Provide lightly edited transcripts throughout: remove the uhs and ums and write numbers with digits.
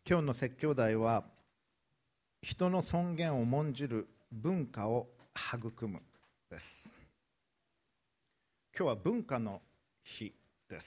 今日の説教題は人の尊厳を重んじる文化を育むです。今日は文化の日です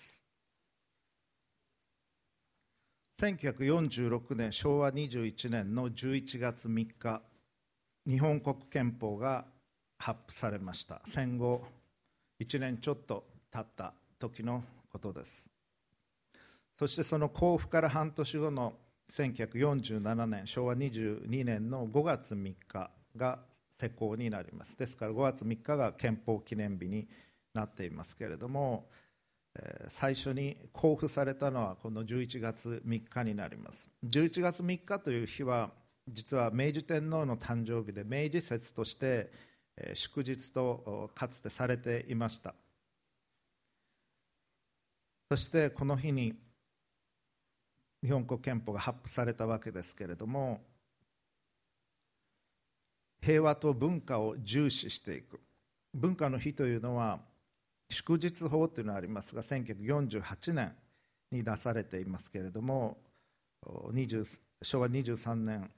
。1946年昭和21年の11月3日、日本国憲法が発布されました。戦後1年ちょっと経った時のことです。そしてその公布から半年後の1947年昭和22年の5月3日が施行になります。ですから5月3日が憲法記念日になっていますけれども、最初に公布されたのはこの11月3日になります。11月3日という日は実は明治天皇の誕生日で、明治節として祝日とかつてされていました。そしてこの日に日本国憲法が発布されたわけですけれども、平和と文化を重視していく。文化の日というのは祝日法というのがありますが、1948年に出されていますけれども、昭和23年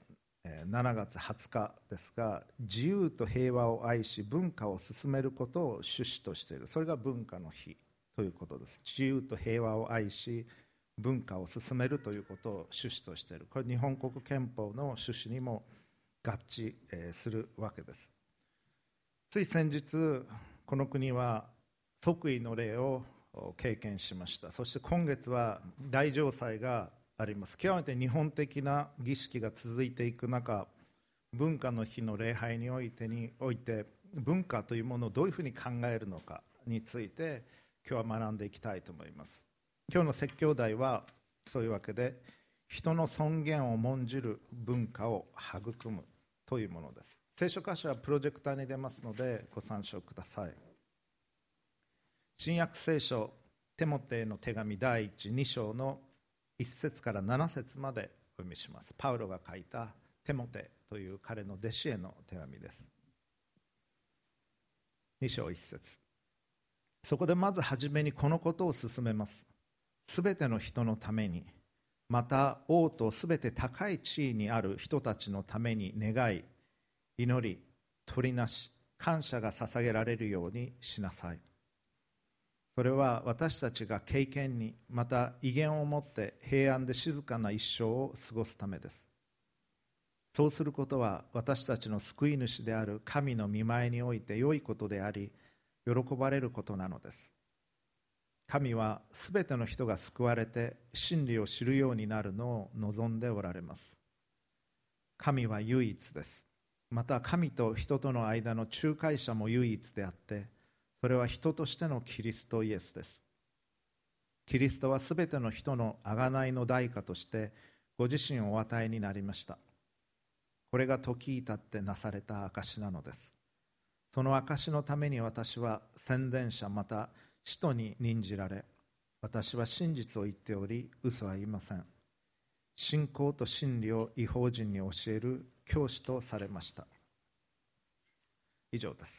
7月20日ですが、自由と平和を愛し文化を進めることを趣旨としている。それが文化の日ということです。自由と平和を愛し文化を進めるということを趣旨としている。これ日本国憲法の趣旨にも合致するわけです。つい先日この国は即位の礼を経験しました。そして今月は大嘗祭があります。極めて日本的な儀式が続いていく中、文化の日の礼拝において文化というものをどういうふうに考えるのかについて今日は学んでいきたいと思います。今日の説教題はそういうわけで、人の尊厳を重んじる文化を育むというものです。聖書箇所はプロジェクターに出ますのでご参照ください。新約聖書テモテへの手紙第2章の1節から7節までお読みします。パウロが書いたテモテという彼の弟子への手紙です。2章1節。そこでまずはじめにこのことを進めます。すべての人のために、また王とすべて高い地位にある人たちのために願い、祈り、取りなし、感謝が捧げられるようにしなさい。それは私たちが敬虔に、また威厳を持って平安で静かな一生を過ごすためです。そうすることは私たちの救い主である神の御前において良いことであり、喜ばれることなのです。神はすべての人が救われて真理を知るようになるのを望んでおられます。神は唯一です。また神と人との間の仲介者も唯一であって、それは人としてのキリストイエスです。キリストはすべての人の贖いの代価としてご自身をお与えになりました。これが時至ってなされた証なのです。その証のために私は宣伝者また使徒に任じられ、私は真実を言っており嘘は言いません。信仰と真理を異邦人に教える教師とされました。以上です。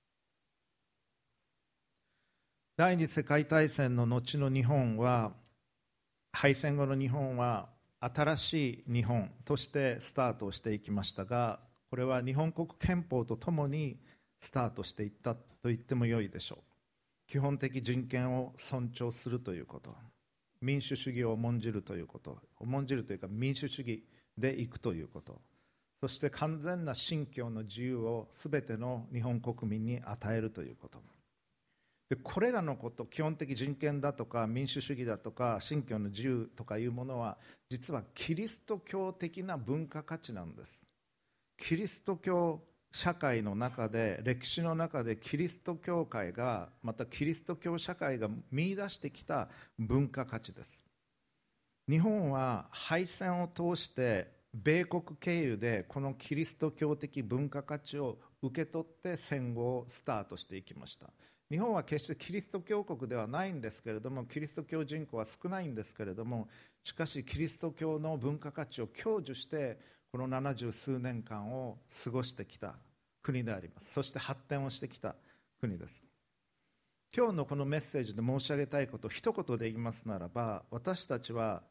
第二次世界大戦の後の日本は、敗戦後の日本は新しい日本としてスタートをしていきましたが、これは日本国憲法とともにスタートしていったと言ってもよいでしょう。基本的人権を尊重するということ、民主主義を重んじるということ、重んじるというか民主主義でいくということ、そして完全な信教の自由をすべての日本国民に与えるということで、これらのこと、基本的人権だとか民主主義だとか信教の自由とかいうものは実はキリスト教的な文化価値なんです。キリスト教社会の中で、歴史の中でキリスト教会が、またキリスト教社会が見出してきた文化価値です。日本は敗戦を通して米国経由でこのキリスト教的文化価値を受け取って戦後をスタートしていきました。日本は決してキリスト教国ではないんですけれども、キリスト教人口は少ないんですけれども、しかしキリスト教の文化価値を享受してこの70数年間を過ごしてきた国であります。そして発展をしてきた国です。今日のこのメッセージで申し上げたいことを一言で言いますならば、私たちは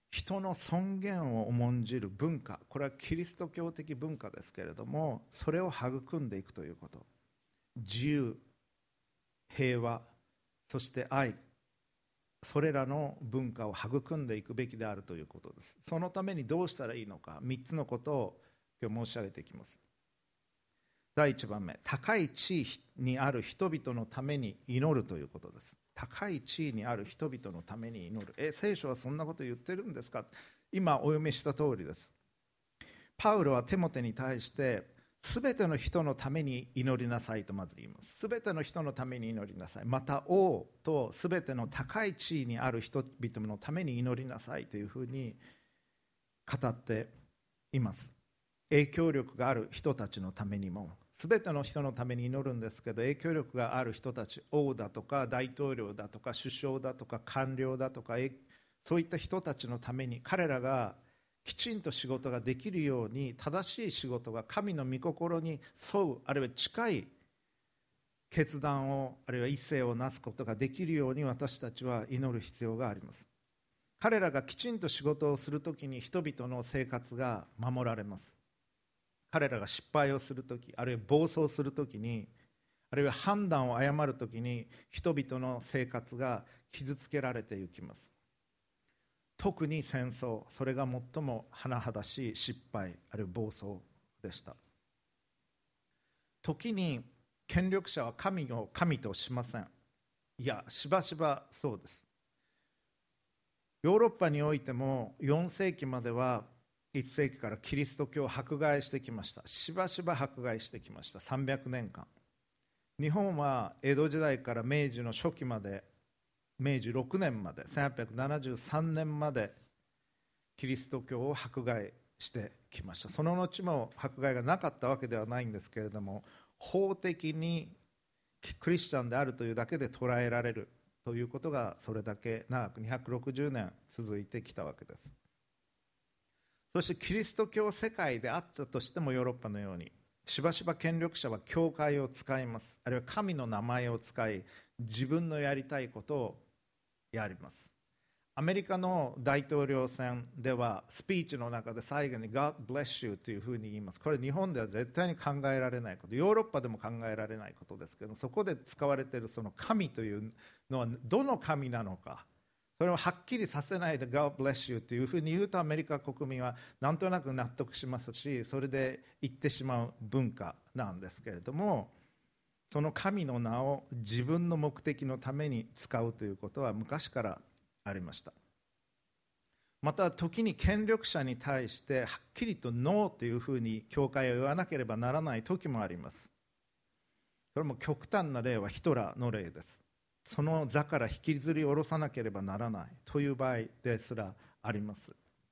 人の尊厳を重んじる文化、これはキリスト教的文化ですけれども、それを育んでいくということ、自由、平和、そして愛、それらの文化を育んでいくべきであるということです。そのためにどうしたらいいのか、3つのことを今日申し上げていきます。第1番目、高い地位にある人々のために祈るということです。高い地位にある人々のために祈る。聖書はそんなこと言ってるんですか。今お読みした通りです。パウロはテモテに対してすべての人のために祈りなさいとまず言います。すべての人のために祈りなさい、また王とすべての高い地位にある人々のために祈りなさいというふうに語っています。影響力がある人たちのためにも、すべての人のために祈るんですけど、影響力がある人たち、王だとか大統領だとか首相だとか官僚だとか、そういった人たちのために、彼らがきちんと仕事ができるように、正しい仕事が神の御心に沿う、あるいは近い決断を、あるいは一世をなすことができるように、私たちは祈る必要があります。彼らがきちんと仕事をするときに、人々の生活が守られます。彼らが失敗をするとき、あるいは暴走するときに、あるいは判断を誤るときに、人々の生活が傷つけられていきます。特に戦争、それが最も甚だしい失敗、あるいは暴走でした。時に権力者は神を神としません。いや、しばしばそうです。ヨーロッパにおいても4世紀までは1世紀からキリスト教を迫害してきました。しばしば迫害してきました。300年間。日本は江戸時代から明治の初期まで、明治6年まで、1873年までキリスト教を迫害してきました。その後も迫害がなかったわけではないんですけれども、法的にクリスチャンであるというだけで捕らえられるということが、それだけ長く260年続いてきたわけです。そしてキリスト教世界であったとしても、ヨーロッパのようにしばしば権力者は教会を使います。あるいは神の名前を使い、自分のやりたいことをやります。アメリカの大統領選ではスピーチの中で最後に God bless you というふうに言います。これ日本では絶対に考えられないこと、ヨーロッパでも考えられないことですけど、そこで使われているその神というのはどの神なのか、それをはっきりさせないで God bless you というふうに言うと、アメリカ国民はなんとなく納得しますし、それで言ってしまう文化なんですけれども、その神の名を自分の目的のために使うということは昔からありました。また時に権力者に対してはっきりとノーというふうに教会は言わなければならない時もあります。それも極端な例はヒトラーの例です。その座から引きずり下ろさなければならないという場合ですらあります。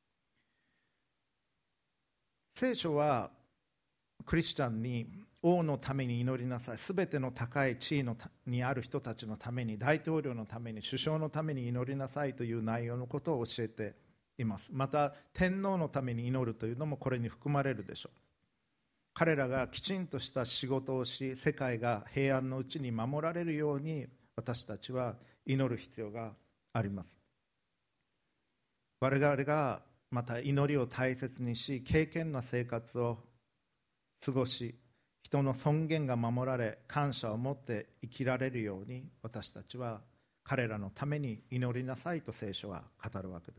聖書はクリスチャンに王のために祈りなさい、すべての高い地位にある人たちのために、大統領のために、首相のために祈りなさいという内容のことを教えています。また天皇のために祈るというのもこれに含まれるでしょう。彼らがきちんとした仕事をし、世界が平安のうちに守られるように私たちは祈る必要があります。我々がまた祈りを大切にし、敬虔な生活を過ごし、人の尊厳が守られ、感謝を持って生きられるように、私たちは彼らのために祈りなさいと聖書は語るわけです。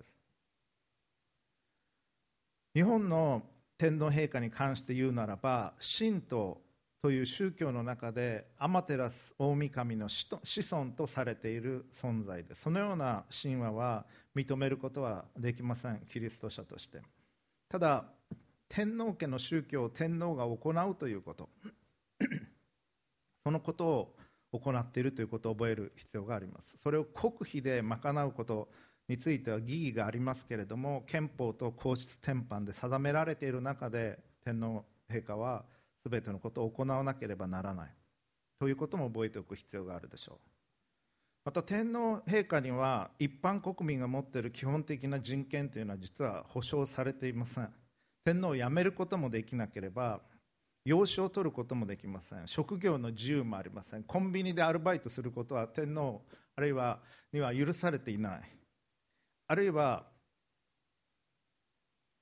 日本の天皇陛下に関して言うならば、神道という宗教の中でアマテラス大神の子孫とされている存在で、そのような神話は認めることはできません、キリスト者として。ただ天皇家の宗教を天皇が行うということそのことを行っているということを覚える必要があります。それを国費で賄うことについては疑義がありますけれども、憲法と皇室典範で定められている中で、天皇陛下はすべてのことを行わなければならないということも覚えておく必要があるでしょう。また天皇陛下には一般国民が持っている基本的な人権というのは実は保障されていません。天皇を辞めることもできなければ、養子を取ることもできません。職業の自由もありません。コンビニでアルバイトすることは天皇あるいはには許されていない。あるいは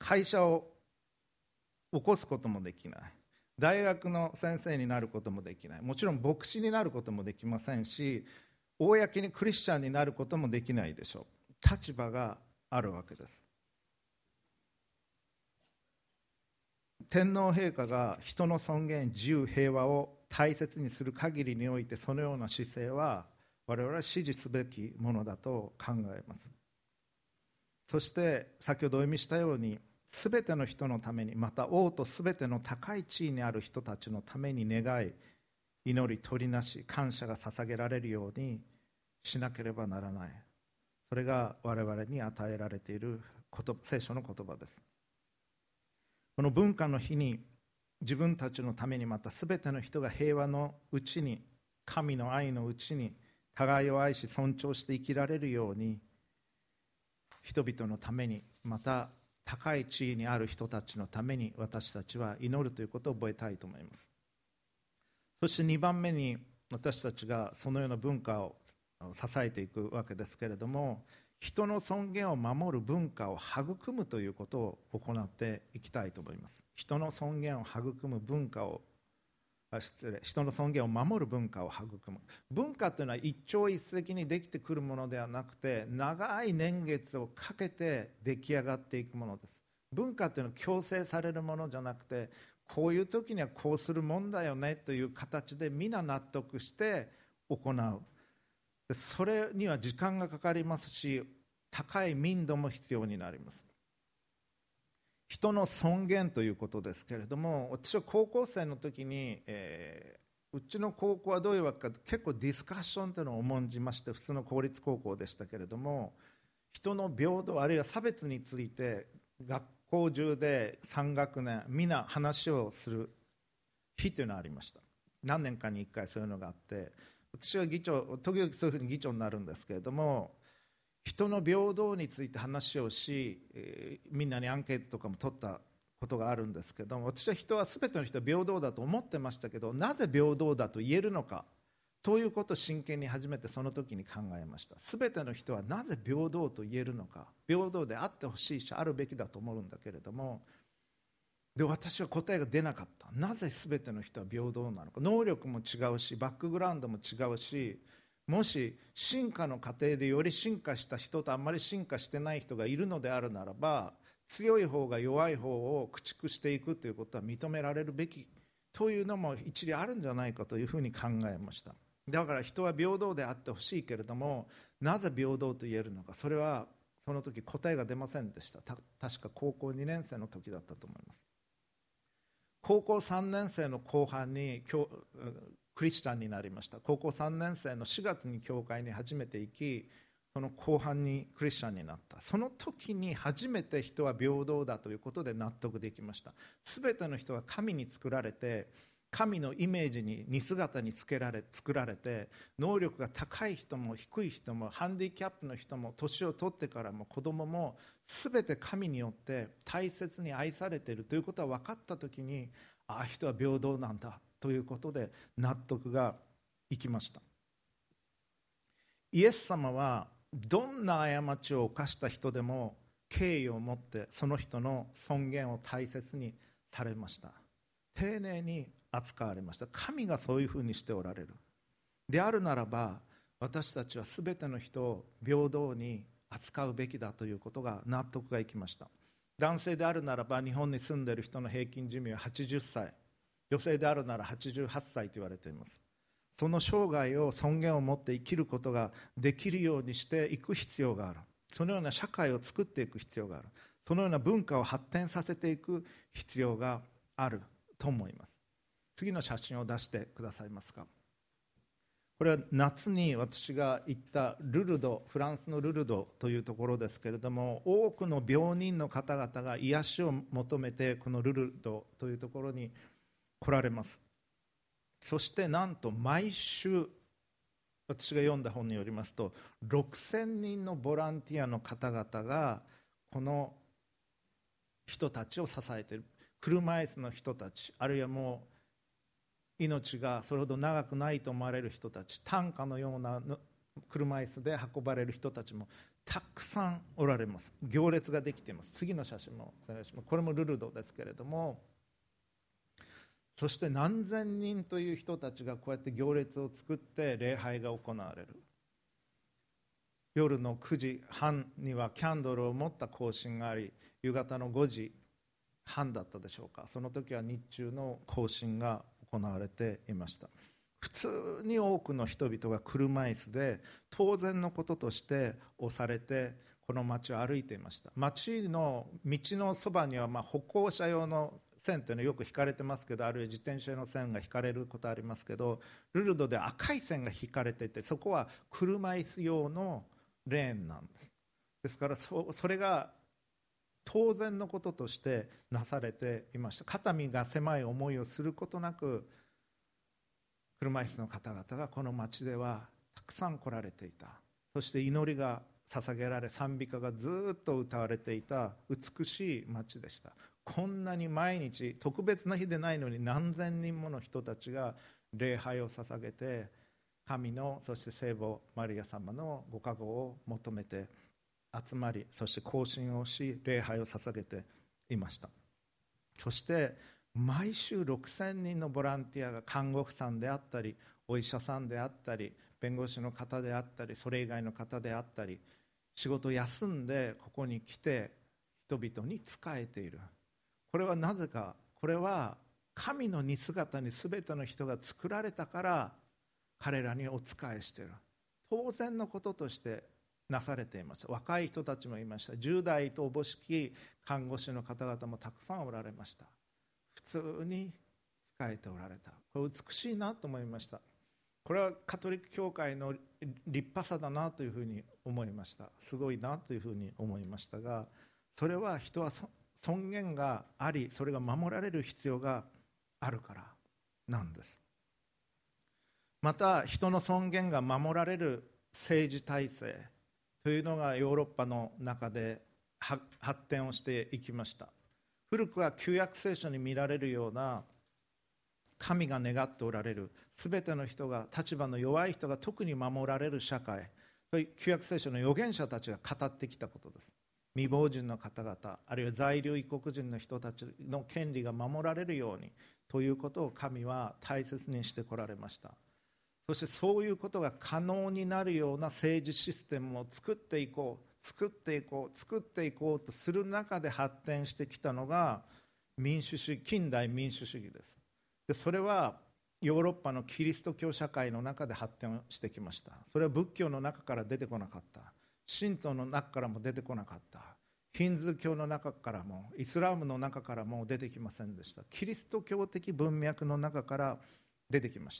会社を起こすこともできない、大学の先生になることもできない、もちろん牧師になることもできませんし、公にクリスチャンになることもできないでしょう。立場があるわけです。天皇陛下が人の尊厳、自由、平和を大切にする限りにおいて、そのような姿勢は我々は支持すべきものだと考えます。そして先ほどお読みしたように、すべての人のために、また王とすべての高い地位にある人たちのために願い、祈り、取りなし、感謝が捧げられるようにしなければならない。それが我々に与えられている聖書の言葉です。この文化の日に、自分たちのために、またすべての人が平和のうちに、神の愛のうちに互いを愛し尊重して生きられるように、人々のために、また高い地位にある人たちのために、私たちは祈るということを覚えたいと思います。そして2番目に、私たちがそのような文化を支えていくわけですけれども、人の尊厳を守る文化を育むということを行っていきたいと思います。人の尊厳を育む文化を、人の尊厳を守る文化を育む。文化というのは一朝一夕にできてくるものではなくて、長い年月をかけて出来上がっていくものです。文化というのは強制されるものじゃなくて、こういう時にはこうするもんだよねという形で皆納得して行う。それには時間がかかりますし、高い民度も必要になります。人の尊厳ということですけれども、私は高校生の時に、うちの高校はどういうわけか、結構ディスカッションというのを重んじまして、普通の公立高校でしたけれども、人の平等あるいは差別について学校中で3学年皆話をする日というのがありました。何年かに1回そういうのがあって、私は議長、時々そういうふうに議長になるんですけれども、人の平等について話をし、みんなにアンケートとかも取ったことがあるんですけども、私は人は全ての人は平等だと思ってましたけど、なぜ平等だと言えるのかということを真剣に初めてその時に考えました。全ての人はなぜ平等と言えるのか、平等であってほしいしあるべきだと思うんだけれども、で私は答えが出なかった。なぜ全ての人は平等なのか。能力も違うし、バックグラウンドも違うし、もし進化の過程でより進化した人とあんまり進化してない人がいるのであるならば、強い方が弱い方を駆逐していくということは認められるべきというのも一理あるんじゃないかというふうに考えました。だから人は平等であってほしいけれども、なぜ平等と言えるのか、それはその時答えが出ませんでした。確か高校2年生の時だったと思います。高校3年生の後半にクリスチャンになりました。高校3年生の4月に教会に初めて行き、その後半にクリスチャンになった。その時に初めて人は平等だということで納得できました。すべての人が神に作られて、神のイメージに似姿に作られて、能力が高い人も低い人もハンディキャップの人も年を取ってからも子供も全て神によって大切に愛されているということが分かった時に、ああ人は平等なんだということで納得がいきました。イエス様はどんな過ちを犯した人でも敬意を持ってその人の尊厳を大切にされました。丁寧に扱われました。神がそういうふうにしておられるであるならば、私たちは全ての人を平等に扱うべきだということが納得がいきました。男性であるならば日本に住んでいる人の平均寿命は80歳、女性であるなら88歳と言われています。その生涯を尊厳を持って生きることができるようにしていく必要がある。そのような社会を作っていく必要がある。そのような文化を発展させていく必要があると思います。次の写真を出してくださいますか。これは夏に私が行ったルルド、フランスのルルドというところですけれども、多くの病人の方々が癒しを求めてこのルルドというところに来られます。そしてなんと毎週、私が読んだ本によりますと6000人のボランティアの方々がこの人たちを支えている。車椅子の人たち、あるいはもう命がそれほど長くないと思われる人たち、担架のような車椅子で運ばれる人たちもたくさんおられます。行列ができています。次の写真もお願いします。これもルルドですけれども、そして何千人という人たちがこうやって行列を作って礼拝が行われる。夜の9時半にはキャンドルを持った行進があり、夕方の5時半だったでしょうか、その時は日中の行進が行われていました。普通に多くの人々が車椅子で当然のこととして押されてこの街を歩いていました。街の道のそばには歩行者用の線というのはよく引かれてますけど、あるいは自転車用の線が引かれることありますけど、ルルドで赤い線が引かれていて、そこは車椅子用のレーンなんです。ですからそれが当然のこととしてなされていました。肩身が狭い思いをすることなく、車椅子の方々がこの町ではたくさん来られていた。そして祈りが捧げられ、賛美歌がずっと歌われていた美しい町でした。こんなに毎日、特別な日でないのに何千人もの人たちが礼拝を捧げて、神の、そして聖母マリア様のご加護を求めて集まり、そして行進をし礼拝を捧げていました。そして毎週6000人のボランティアが、看護婦さんであったりお医者さんであったり弁護士の方であったりそれ以外の方であったり、仕事を休んでここに来て人々に仕えている。これはなぜか、これは神の似姿に全ての人が作られたから彼らにお仕えしている。当然のこととしてなされていました。若い人たちもいました。10代とおぼしき看護師の方々もたくさんおられました。普通に仕えておられた。これ美しいなと思いました。これはカトリック教会の立派さだなというふうに思いました。すごいなというふうに思いましたが、それは人は尊厳があり、それが守られる必要があるからなんです。また人の尊厳が守られる政治体制というのがヨーロッパの中で発展をしていきました。古くは旧約聖書に見られるような神が願っておられるすべての人が、立場の弱い人が特に守られる社会、旧約聖書の預言者たちが語ってきたことです。未亡人の方々、あるいは在留異国人の人たちの権利が守られるようにということを神は大切にしてこられました。そしてそういうことが可能になるような政治システムを作っていこうとする中で発展してきたのが民主主義、近代民主主義です。でそれはヨーロッパのキリスト教社会の中で発展してきました。それは仏教の中から出てこなかった、神道の中からも出てこなかった、ヒンズー教の中からもイスラムの中からも出てきませんでした。キリスト教的文脈の中から出てきました。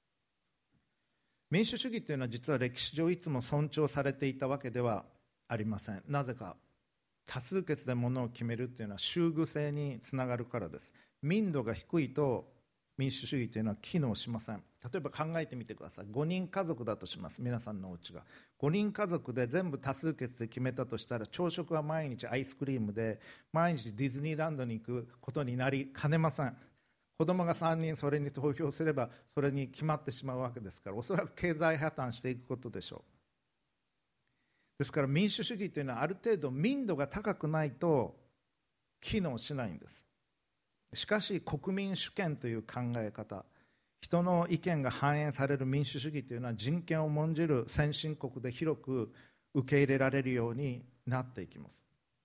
民主主義というのは実は歴史上いつも尊重されていたわけではありません。なぜか、多数決で物を決めるというのは集具性につながるからです。民度が低いと民主主義というのは機能しません。例えば考えてみてください。5人家族だとします。皆さんのお家が5人家族で全部多数決で決めたとしたら、朝食は毎日アイスクリームで毎日ディズニーランドに行くことになりかねません。子供が3人それに投票すればそれに決まってしまうわけですから、おそらく経済破綻していくことでしょう。ですから民主主義というのはある程度民度が高くないと機能しないんです。しかし国民主権という考え方、人の意見が反映される民主主義というのは人権を重んじる先進国で広く受け入れられるようになっていきます。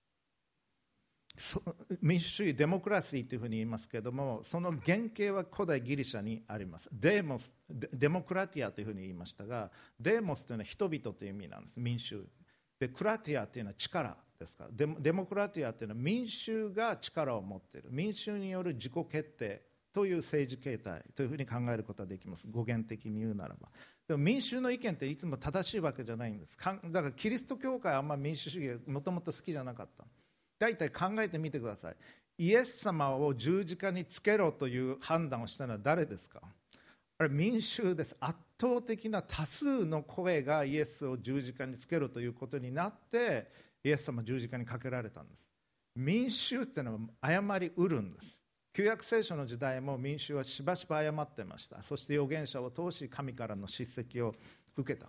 民主主義、デモクラシーというふうに言いますけれども、その原型は古代ギリシャにあります。デモクラティアというふうに言いましたが、デーモスというのは人々という意味なんです。民衆で、クラティアというのは力ですから、デモクラティアというのは民衆が力を持っている、民衆による自己決定という政治形態というふうに考えることができます。語源的に言うならば。でも民衆の意見っていつも正しいわけじゃないんです。だからキリスト教会はあんまり民主主義がもともと好きじゃなかった。大体考えてみてください。イエス様を十字架につけろという判断をしたのは誰ですか？あれ民衆です。圧倒的な多数の声がイエスを十字架につけろということになってイエス様十字架にかけられたんです。民衆っていうのは誤りうるんです。旧約聖書の時代も民衆はしばしば誤ってました。そして預言者を通し神からの叱責を受けた。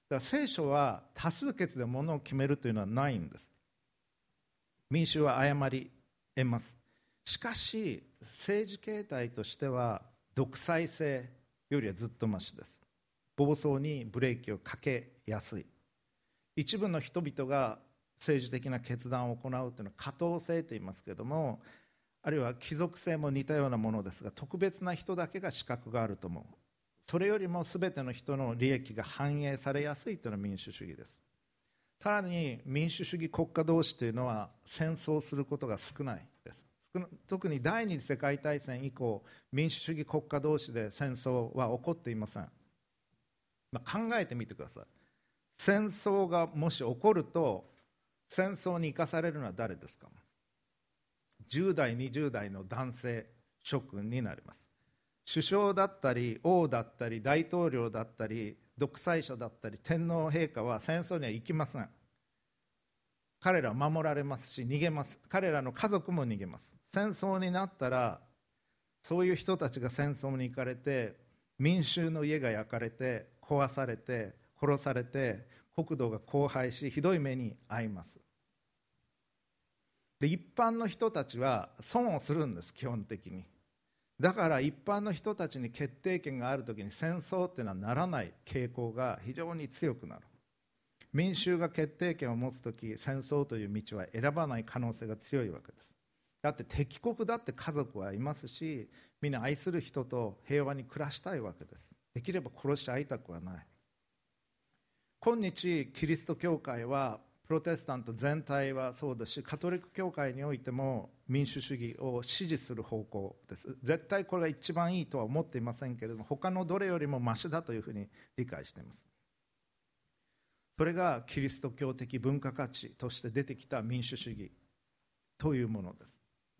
だから聖書は多数決でものを決めるというのはないんです。民衆は誤り得ます。しかし政治形態としては独裁制よりはずっとマシです。暴走にブレーキをかけやすい。一部の人々が政治的な決断を行うというのは下等制と言いますけれども、あるいは貴族制も似たようなものですが、特別な人だけが資格があると思う。それよりも全ての人の利益が反映されやすいというのが民主主義です。さらに民主主義国家同士というのは戦争することが少ないです。特に第二次世界大戦以降、民主主義国家同士で戦争は起こっていません。考えてみてください。戦争がもし起こると、戦争に生かされるのは誰ですか。10代20代の男性諸君になります。首相だったり王だったり大統領だったり独裁者だったり天皇陛下は戦争には行きません。彼らは守られますし逃げます。彼らの家族も逃げます。戦争になったらそういう人たちが戦争に行かれて、民衆の家が焼かれて壊されて殺されて国土が荒廃し、ひどい目に遭います。で一般の人たちは損をするんです。基本的に。だから一般の人たちに決定権があるときに戦争っていうのはならない傾向が非常に強くなる。民衆が決定権を持つとき、戦争という道は選ばない可能性が強いわけです。だって敵国だって家族はいますし、みんな愛する人と平和に暮らしたいわけです。できれば殺し合いたくはない。今日キリスト教会はプロテスタント全体はそうだし、カトリック教会においても民主主義を支持する方向です。絶対これが一番いいとは思っていませんけれども、他のどれよりもマシだというふうに理解しています。それがキリスト教的文化価値として出てきた民主主義というものです。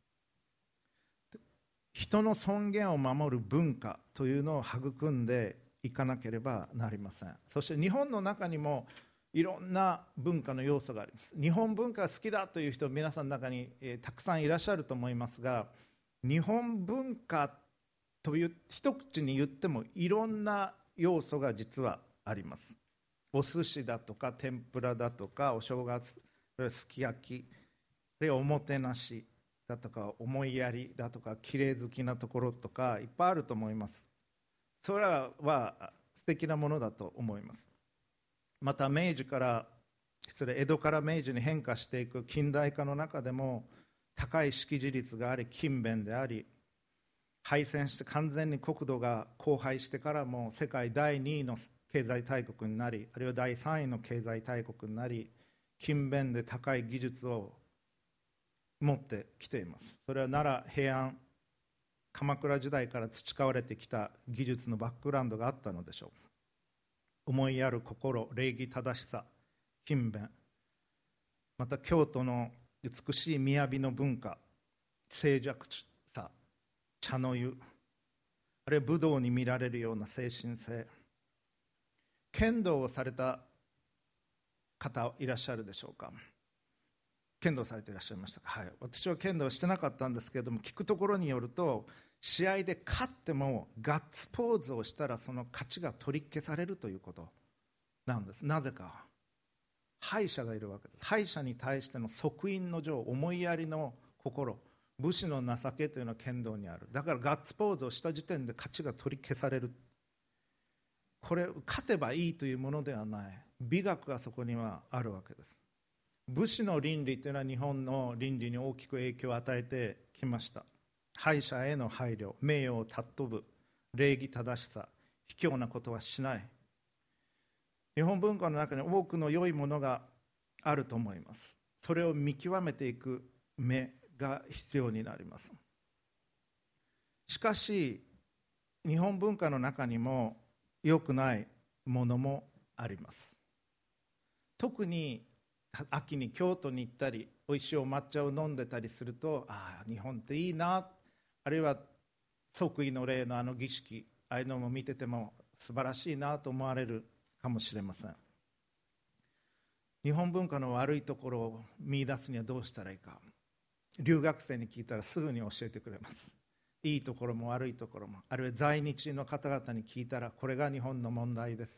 人の尊厳を守る文化というのを育んでいかなければなりません。そして日本の中にもいろんな文化の要素があります。日本文化が好きだという人、皆さんの中に、たくさんいらっしゃると思いますが、日本文化という一口に言ってもいろんな要素が実はあります。お寿司だとか天ぷらだとかお正月すき焼き、おもてなしだとか思いやりだとか綺麗好きなところとかいっぱいあると思います。それらは素敵なものだと思います。また江戸から明治に変化していく近代化の中でも高い識字率があり、勤勉であり、敗戦して完全に国土が荒廃してからも世界第2位の経済大国になり、あるいは第3位の経済大国になり、勤勉で高い技術を持ってきています。それは奈良平安鎌倉時代から培われてきた技術のバックグラウンドがあったのでしょう。思いやる心、礼儀正しさ、勤勉、また京都の美しい雅の文化、静寂さ、茶の湯、あるいは武道に見られるような精神性。剣道をされた方いらっしゃるでしょうか。剣道されていらっしゃいましたか。はい、私は剣道してなかったんですけれども、聞くところによると、試合で勝ってもガッツポーズをしたらその勝ちが取り消されるということなんです。なぜか、敗者がいるわけです。敗者に対しての即位の情、思いやりの心、武士の情けというのは剣道にある。だからガッツポーズをした時点で勝ちが取り消される。これ勝てばいいというものではない、美学がそこにはあるわけです。武士の倫理というのは日本の倫理に大きく影響を与えてきました。敗者への配慮、名誉を尊ぶ、礼儀正しさ、卑怯なことはしない。日本文化の中に多くの良いものがあると思います。それを見極めていく目が必要になります。しかし日本文化の中にも良くないものもあります。特に秋に京都に行ったり、おいしいお抹茶を飲んでたりすると、ああ日本っていいな、あるいは即位の礼のあの儀式、ああいうのも見てても素晴らしいなと思われるかもしれません。日本文化の悪いところを見出すにはどうしたらいいか、留学生に聞いたらすぐに教えてくれます。いいところも悪いところも、あるいは在日の方々に聞いたら、これが日本の問題です、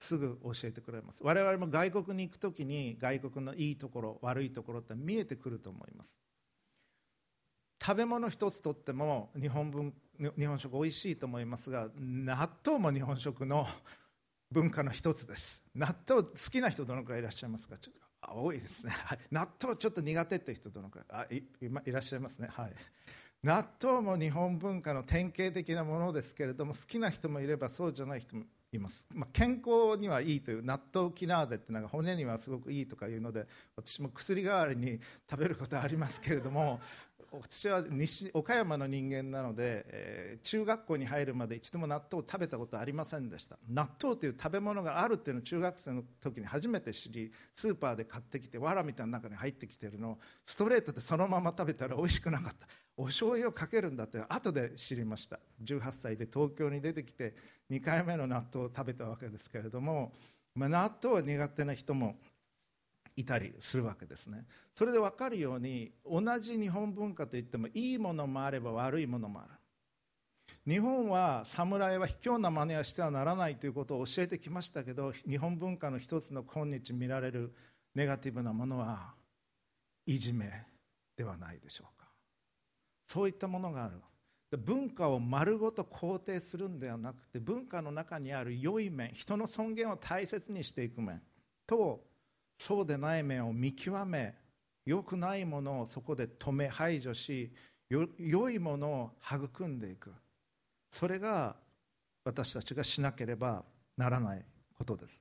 すぐ教えてくれます。我々も外国に行くときに外国のいいところ悪いところって見えてくると思います。食べ物一つとっても日本食おいしいと思いますが、納豆も日本食の文化の一つです。納豆好きな人どのくらいいらっしゃいますか？ちょっと多いですね、はい、納豆ちょっと苦手っていう人どのくらいいらっしゃいますね、はい、納豆も日本文化の典型的なものですけれども、好きな人もいればそうじゃない人もいます。健康にはいいという納豆キナーゼっていうのが骨にはすごくいいとかいうので、私も薬代わりに食べることはありますけれども、私は岡山の人間なので、中学校に入るまで一度も納豆を食べたことはありませんでした。納豆という食べ物があるっていうのを中学生の時に初めて知り、スーパーで買ってきて藁みたいな中に入ってきているのをストレートでそのまま食べたら美味しくなかった。お醤油をかけるんだって後で知りました。18歳で東京に出てきて2回目の納豆を食べたわけですけれども、納豆は苦手な人もいたりするわけですね。それで分かるように、同じ日本文化といってもいいものもあれば悪いものもある。日本は侍は卑怯な真似はしてはならないということを教えてきましたけど、日本文化の一つの今日見られるネガティブなものはいじめではないでしょうか。そういったものがある。文化を丸ごと肯定するんではなくて、文化の中にある良い面、人の尊厳を大切にしていく面と、そうでない面を見極め、良くないものをそこで止め排除し、良いものを育んでいく。それが私たちがしなければならないことです。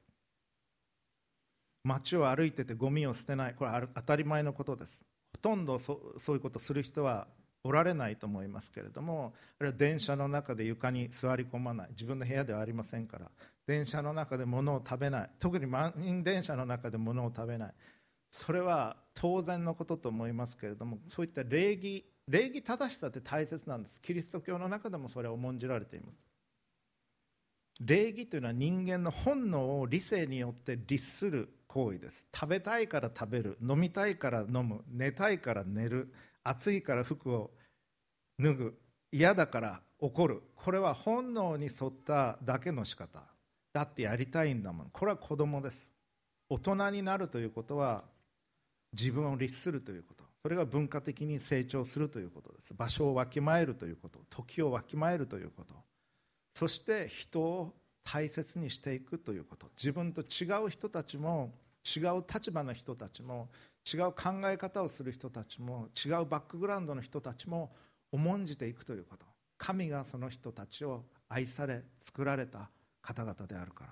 街を歩いててゴミを捨てない、これは当たり前のことです。ほとんどそういうことをする人はおられないと思いますけれども、あるいは電車の中で床に座り込まない、自分の部屋ではありませんから、電車の中で物を食べない、特に満員電車の中で物を食べない、それは当然のことと思いますけれども、そういった礼儀正しさって大切なんです。キリスト教の中でもそれは重んじられています。礼儀というのは人間の本能を理性によって律する行為です。食べたいから食べる、飲みたいから飲む、寝たいから寝る、暑いから服を脱ぐ、嫌だから怒る、これは本能に沿っただけの仕方だってやりたいんだもん。これは子供です。大人になるということは自分を律するということ、それが文化的に成長するということです。場所をわきまえるということ、時をわきまえるということ、そして人を大切にしていくということ、自分と違う人たちも、違う立場の人たちも、違う考え方をする人たちも、違うバックグラウンドの人たちも重んじていくということ、神がその人たちを愛され作られた方々であるから、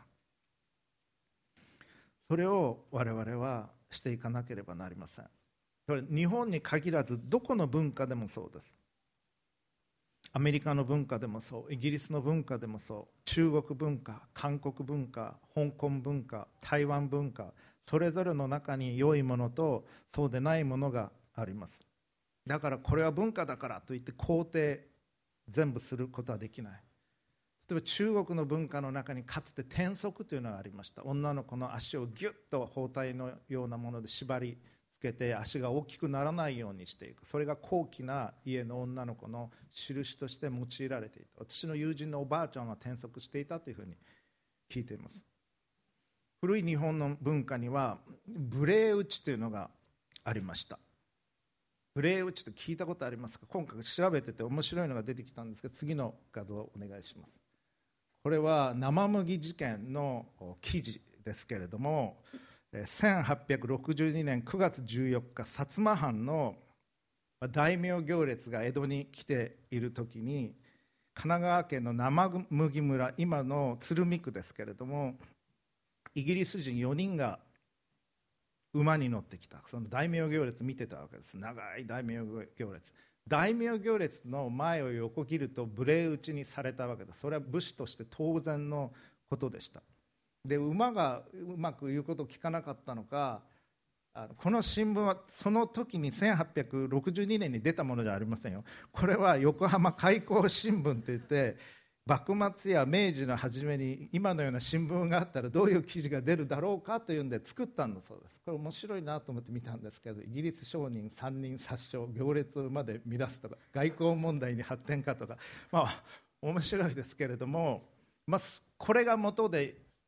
それを我々はしていかなければなりません。これ日本に限らずどこの文化でもそうです。アメリカの文化でもそう、イギリスの文化でもそう、中国文化、韓国文化、香港文化、台湾文化、それぞれの中に良いものとそうでないものがあります。だからこれは文化だからといって肯定全部することはできない。例えば中国の文化の中にかつて転足というのがありました。女の子の足をギュッと包帯のようなもので縛りつけて足が大きくならないようにしていく、それが高貴な家の女の子の印として用いられていた。私の友人のおばあちゃんは転足していたというふうに聞いています。古い日本の文化には無礼打ちというのがありました。無礼打ちと聞いたことありますか？今回調べてて面白いのが出てきたんですが、次の画像をお願いします。これは生麦事件の記事ですけれども、1862年9月14日、薩摩藩の大名行列が江戸に来ている時に、神奈川県の生麦村、今の鶴見区ですけれども、イギリス人4人が馬に乗ってきた。その大名行列見てたわけです。長い大名行列、大名行列の前を横切ると無礼打ちにされたわけです。それは武士として当然のことでした。で、馬がうまく言うことを聞かなかったのか、この新聞はその時に1862年に出たものじゃありませんよ。これは横浜開港新聞といって、幕末や明治の初めに今のような新聞があったらどういう記事が出るだろうかというんで作ったんだそうです。これ面白いなと思って見たんですけど、イギリス商人3人殺傷、行列まで乱すとか、外交問題に発展かとか、面白いですけれども、これが元で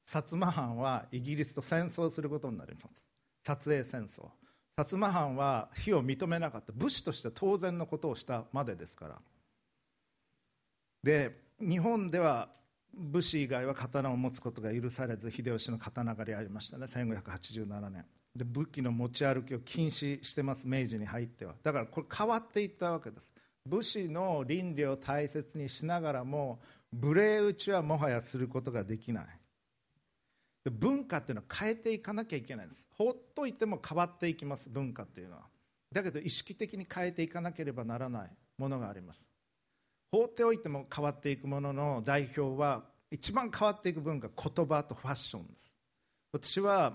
薩摩藩はイギリスと戦争することになります。薩英戦争。薩摩藩は非を認めなかった。武士として当然のことをしたまでですから。で、日本では武士以外は刀を持つことが許されず、秀吉の刀狩りありましたね、1587年で。武器の持ち歩きを禁止してます、明治に入っては。だからこれ変わっていったわけです。武士の倫理を大切にしながらも、無礼打ちはもはやすることができない。で、文化っていうのは変えていかなきゃいけないんです。放っといても変わっていきます、文化っていうのは。だけど意識的に変えていかなければならないものがあります。放っておいても変わっていくものの代表は、一番変わっていく文化、言葉とファッションです。私は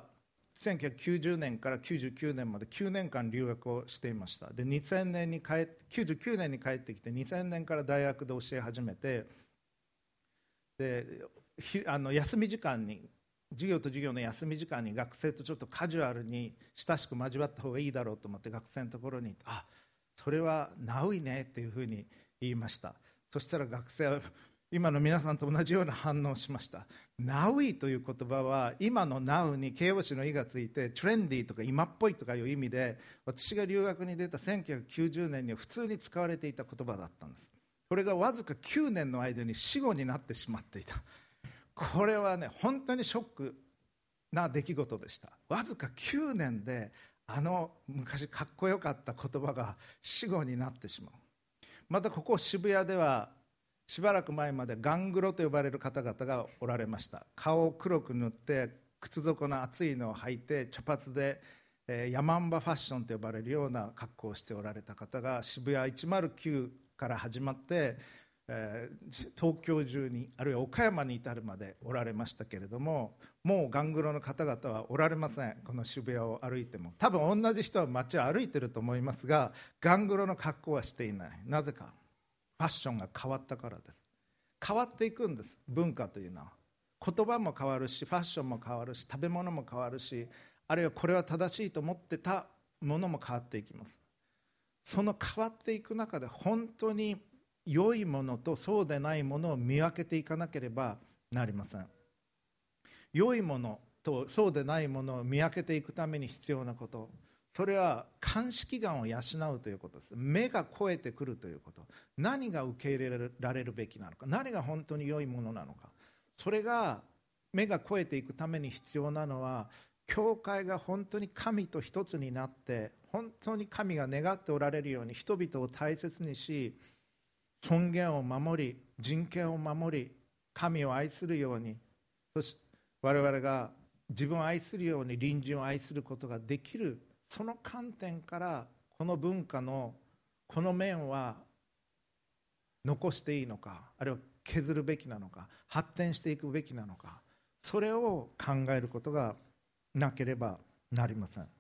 1990年から99年まで9年間留学をしていました。で、99年に帰ってきて、2000年から大学で教え始めて、で、休み時間に、授業と授業の休み時間に学生とちょっとカジュアルに親しく交わった方がいいだろうと思って学生のところに、それはナウイねっていうふうに言いました。そしたら学生は今の皆さんと同じような反応をしました。ナウイという言葉は今のナウに形容詞の意がついて、トレンディーとか今っぽいとかいう意味で、私が留学に出た1990年には普通に使われていた言葉だったんです。これがわずか9年の間に死語になってしまっていた。これはね、本当にショックな出来事でした。わずか9年で昔かっこよかった言葉が死語になってしまう。またここ渋谷ではしばらく前までガングロと呼ばれる方々がおられました。顔を黒く塗って靴底の厚いのを履いて茶髪で、ヤマンバファッションと呼ばれるような格好をしておられた方が渋谷109から始まって、東京中に、あるいは岡山に至るまでおられましたけれども、もうガングロの方々はおられません。この渋谷を歩いても多分同じ人は街を歩いてると思いますが、ガングロの格好はしていない。なぜか、ファッションが変わったからです。変わっていくんです、文化というのは。言葉も変わるし、ファッションも変わるし、食べ物も変わるし、あるいはこれは正しいと思ってたものも変わっていきます。その変わっていく中で、本当に良いものとそうでないものを見分けていかなければなりません。良いものとそうでないものを見分けていくために必要なこと、それは鑑識眼を養うということです。目が肥えてくるということ。何が受け入れられるべきなのか、何が本当に良いものなのか、それが目が肥えていくために必要なのは、教会が本当に神と一つになって、本当に神が願っておられるように人々を大切にし、尊厳を守り、人権を守り、神を愛するように、そして我々が自分を愛するように隣人を愛することができる、その観点からこの文化のこの面は残していいのか、あるいは削るべきなのか、発展していくべきなのか、それを考えることがなければなりません。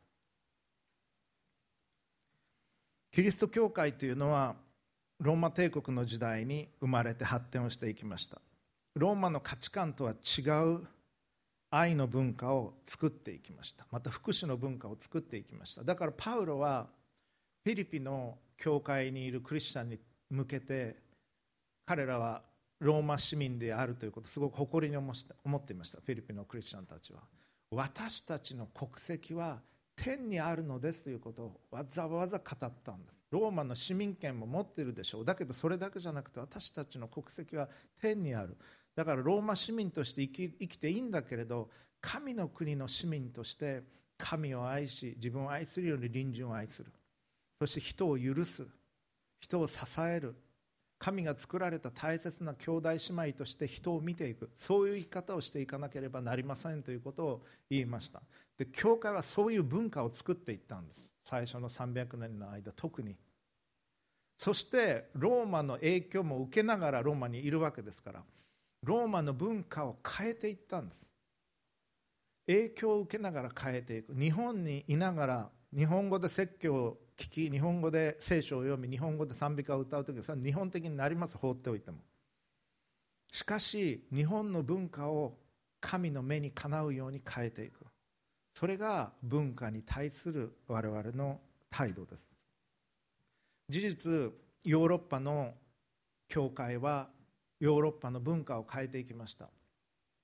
キリスト教会というのはローマ帝国の時代に生まれて発展をしていきました。ローマの価値観とは違う愛の文化を作っていきました。また福祉の文化を作っていきました。だからパウロはフィリピの教会にいるクリスチャンに向けて、彼らはローマ市民であるということをすごく誇りに思っていました。フィリピンのクリスチャンたちは、私たちの国籍は天にあるのですということをわざわざ語ったんです。ローマの市民権も持っているでしょう。だけどそれだけじゃなくて、私たちの国籍は天にある。だからローマ市民として生きていいんだけれど、神の国の市民として神を愛し、自分を愛するように隣人を愛する、そして人を許す、人を支える、神が作られた大切な兄弟姉妹として人を見ていく、そういう生き方をしていかなければなりませんということを言いました。で、教会はそういう文化を作っていったんです、最初の300年の間特に。そしてローマの影響も受けながらローマにいるわけですから、ローマの文化を変えていったんです。影響を受けながら変えていく。日本にいながら日本語で説教を聞き、日本語で聖書を読み、日本語で賛美歌を歌うときはそれは日本的になります、放っておいても。しかし日本の文化を神の目にかなうように変えていく、それが文化に対する我々の態度です。事実ヨーロッパの教会はヨーロッパの文化を変えていきました。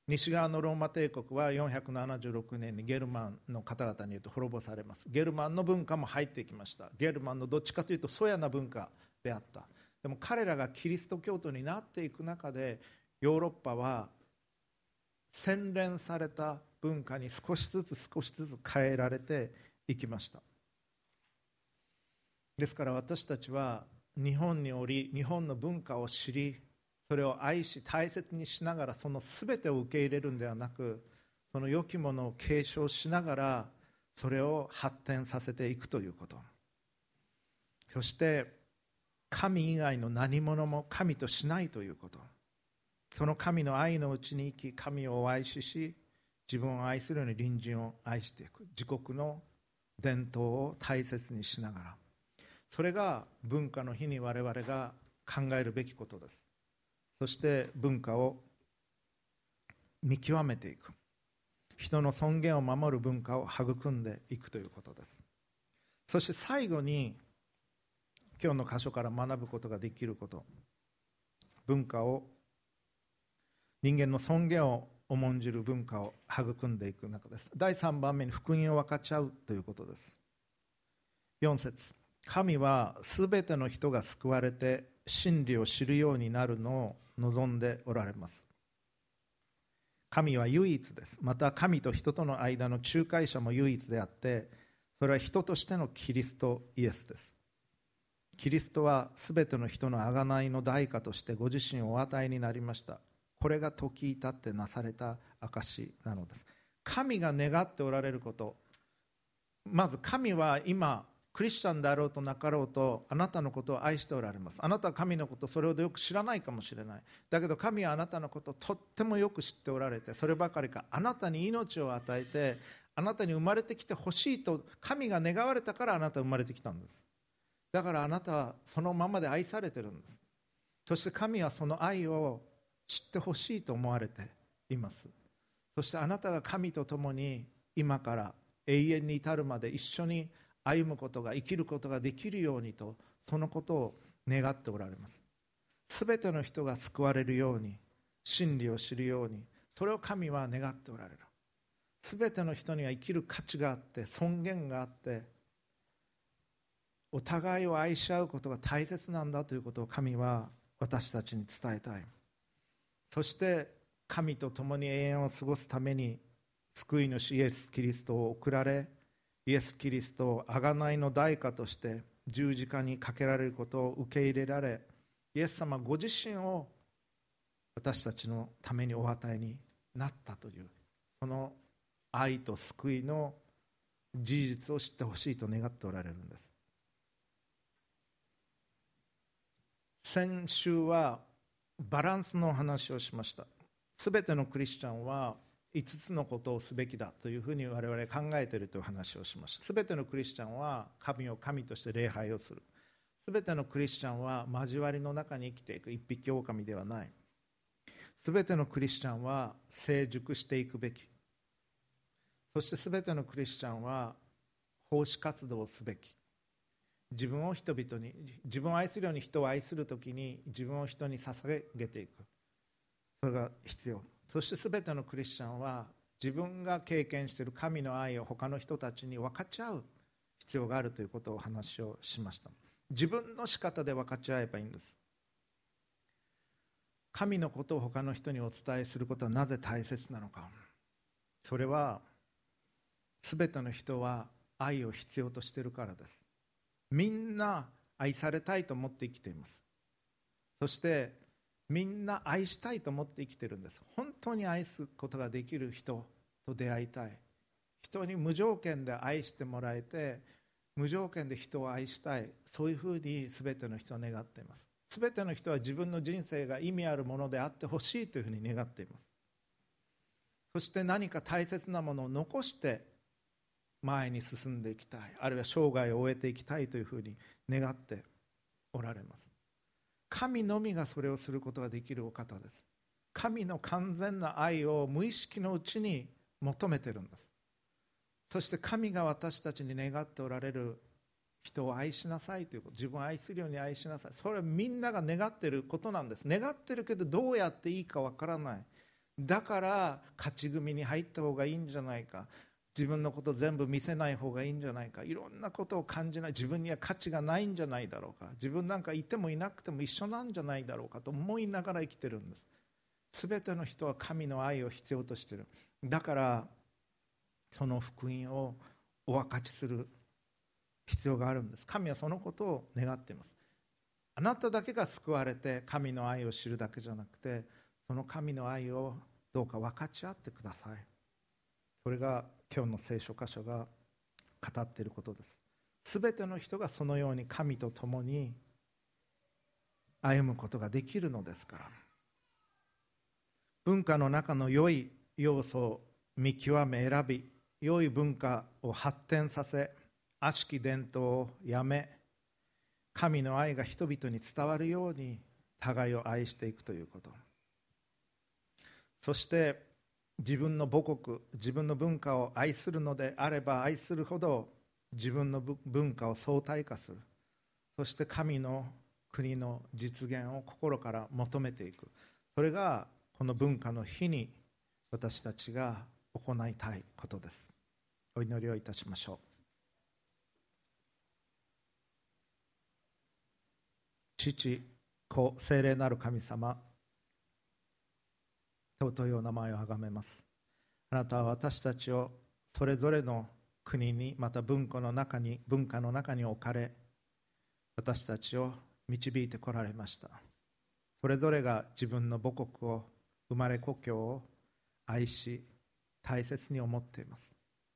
西側のローマ帝国は476年にゲルマンの方々によって滅ぼされます。ゲルマンの文化も入ってきました。ゲルマンのどっちかというと粗野な文化であった。でも彼らがキリスト教徒になっていく中で、ヨーロッパは洗練された文化に少しずつ変えられていきました。ですから私たちは日本におり、日本の文化を知り、それを愛し大切にしながら、その全てを受け入れるんではなく、その良きものを継承しながらそれを発展させていくということ。そして神以外の何者も神としないということ。その神の愛のうちに生き、神をお愛しし、自分を愛するように隣人を愛していく、自国の伝統を大切にしながら、それが文化の日に我々が考えるべきことです。そして文化を見極めていく、人の尊厳を守る文化を育んでいくということです。そして最後に今日の箇所から学ぶことができること、文化を、人間の尊厳を重んじる文化を育んでいく中です。第3番目に福音を分かち合うということです。4節、神はすべての人が救われて真理を知るようになるのを望んでおられます。神は唯一です。また神と人との間の仲介者も唯一であって、それは人としてのキリストイエスです。キリストはすべての人の贖いの代価としてご自身をお与えになりました。これが時至ってなされた証なのです。神が願っておられること、まず神は今クリスチャンであろうとなかろうとあなたのことを愛しておられます。あなたは神のことそれほどよく知らないかもしれない。だけど神はあなたのことをとってもよく知っておられて、そればかりかあなたに命を与えて、あなたに生まれてきてほしいと神が願われたからあなたは生まれてきたんです。だからあなたはそのままで愛されてるんです。そして神はその愛を知ってほしいと思われています。そしてあなたが神と共に今から永遠に至るまで一緒に歩むことが、生きることができるようにと、そのことを願っておられます。すべての人が救われるように、真理を知るように、それを神は願っておられる。すべての人には生きる価値があって、尊厳があって、お互いを愛し合うことが大切なんだということを神は私たちに伝えたい。そして神と共に永遠を過ごすために救い主イエス・キリストを送られ、イエス・キリストを贖いの代価として十字架にかけられることを受け入れられ、イエス様ご自身を私たちのためにお与えになったという、その愛と救いの事実を知ってほしいと願っておられるんです。先週はバランスの話をしました。すべてのクリスチャンは5つのことをすべきだというふうに我々考えているという話をしました。すべてのクリスチャンは神を神として礼拝をする。すべてのクリスチャンは交わりの中に生きていく、一匹狼ではない。すべてのクリスチャンは成熟していくべき。そしてすべてのクリスチャンは奉仕活動をすべき。自分を人々に、自分を愛するように人を愛するときに自分を人に捧げていく、それが必要。そしてすべてのクリスチャンは自分が経験している神の愛を他の人たちに分かち合う必要があるということをお話をしました。自分の仕方で分かち合えばいいんです。神のことを他の人にお伝えすることはなぜ大切なのか。それはすべての人は愛を必要としているからです。みんな愛されたいと思って生きています。そしてみんな愛したいと思って生きているんです。本当に愛すことができる人と出会いたい。人に無条件で愛してもらえて、無条件で人を愛したい。そういうふうに全ての人は願っています。全ての人は自分の人生が意味あるものであってほしいというふうに願っています。そして何か大切なものを残して前に進んでいきたい、あるいは生涯を終えていきたいというふうに願っておられます。神のみがそれをすることができるお方です。神の完全な愛を無意識のうちに求めているんです。そして神が私たちに願っておられる、人を愛しなさいということ、自分を愛するように愛しなさい、それはみんなが願っていることなんです。願ってるけどどうやっていいかわからない。 だから勝ち組に入った方がいいんじゃないか、自分のこと全部見せない方がいいんじゃないか、いろんなことを感じない、自分には価値がないんじゃないだろうか、自分なんかいてもいなくても一緒なんじゃないだろうかと思いながら生きてるんです。すべての人は神の愛を必要としている。だからその福音をお分かちする必要があるんです。神はそのことを願っています。あなただけが救われて神の愛を知るだけじゃなくて、その神の愛をどうか分かち合ってください。それが今日の聖書箇所が語っていることです。すべての人がそのように神と共に歩むことができるのですから。文化の中の良い要素を見極め選び、良い文化を発展させ、悪しき伝統をやめ、神の愛が人々に伝わるように互いを愛していくということ。そして自分の母国、自分の文化を愛するのであれば愛するほど自分の文化を相対化する。そして神の国の実現を心から求めていく。それがこの文化の日に私たちが行いたいことです。お祈りをいたしましょう。父、子、聖霊なる神様、尊いお名前をあがめます。あなたは私たちをそれぞれの国に、また文化の中に置かれ、私たちを導いてこられました。それぞれが自分の母国を、生まれ故郷を愛し大切に思っています。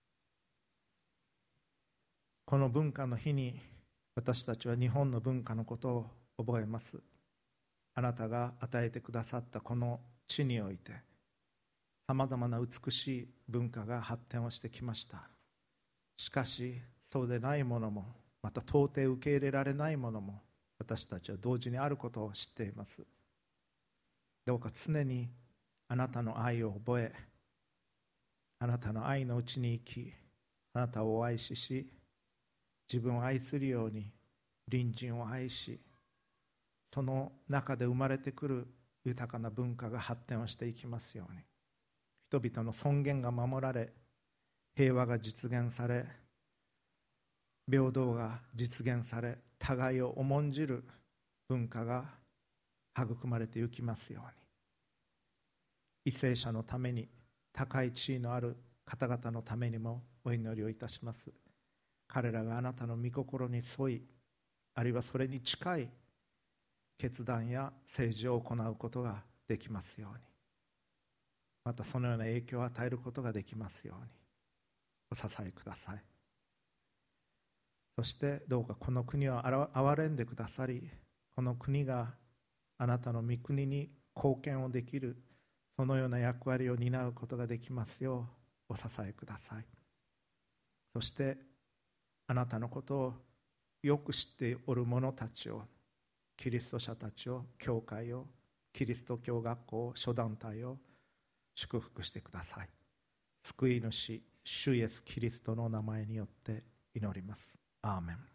この文化の日に私たちは日本の文化のことを覚えます。あなたが与えてくださったこの地において、さまざまな美しい文化が発展をしてきました。しかしそうでないものも、また到底受け入れられないものも私たちは同時にあることを知っています。どうか常にあなたの愛を覚え、あなたの愛のうちに生き、あなたをお愛し、自分を愛するように隣人を愛し、その中で生まれてくる豊かな文化が発展をしていきますように。人々の尊厳が守られ、平和が実現され、平等が実現され、互いを重んじる文化が育まれていきますように。為政者のために、高い地位のある方々のためにもお祈りをいたします。彼らがあなたの御心に沿い、あるいはそれに近い決断や政治を行うことができますように、またそのような影響を与えることができますようにお支えください。そしてどうかこの国を憐れんでくださり、この国があなたの御国に貢献をできる、そのような役割を担うことができますようお支えください。そしてあなたのことをよく知っておる者たちを、キリスト者たちを、教会を、キリスト教学校を、諸団体を祝福してください。救い主、主イエスキリストの名前によって祈ります。アーメン。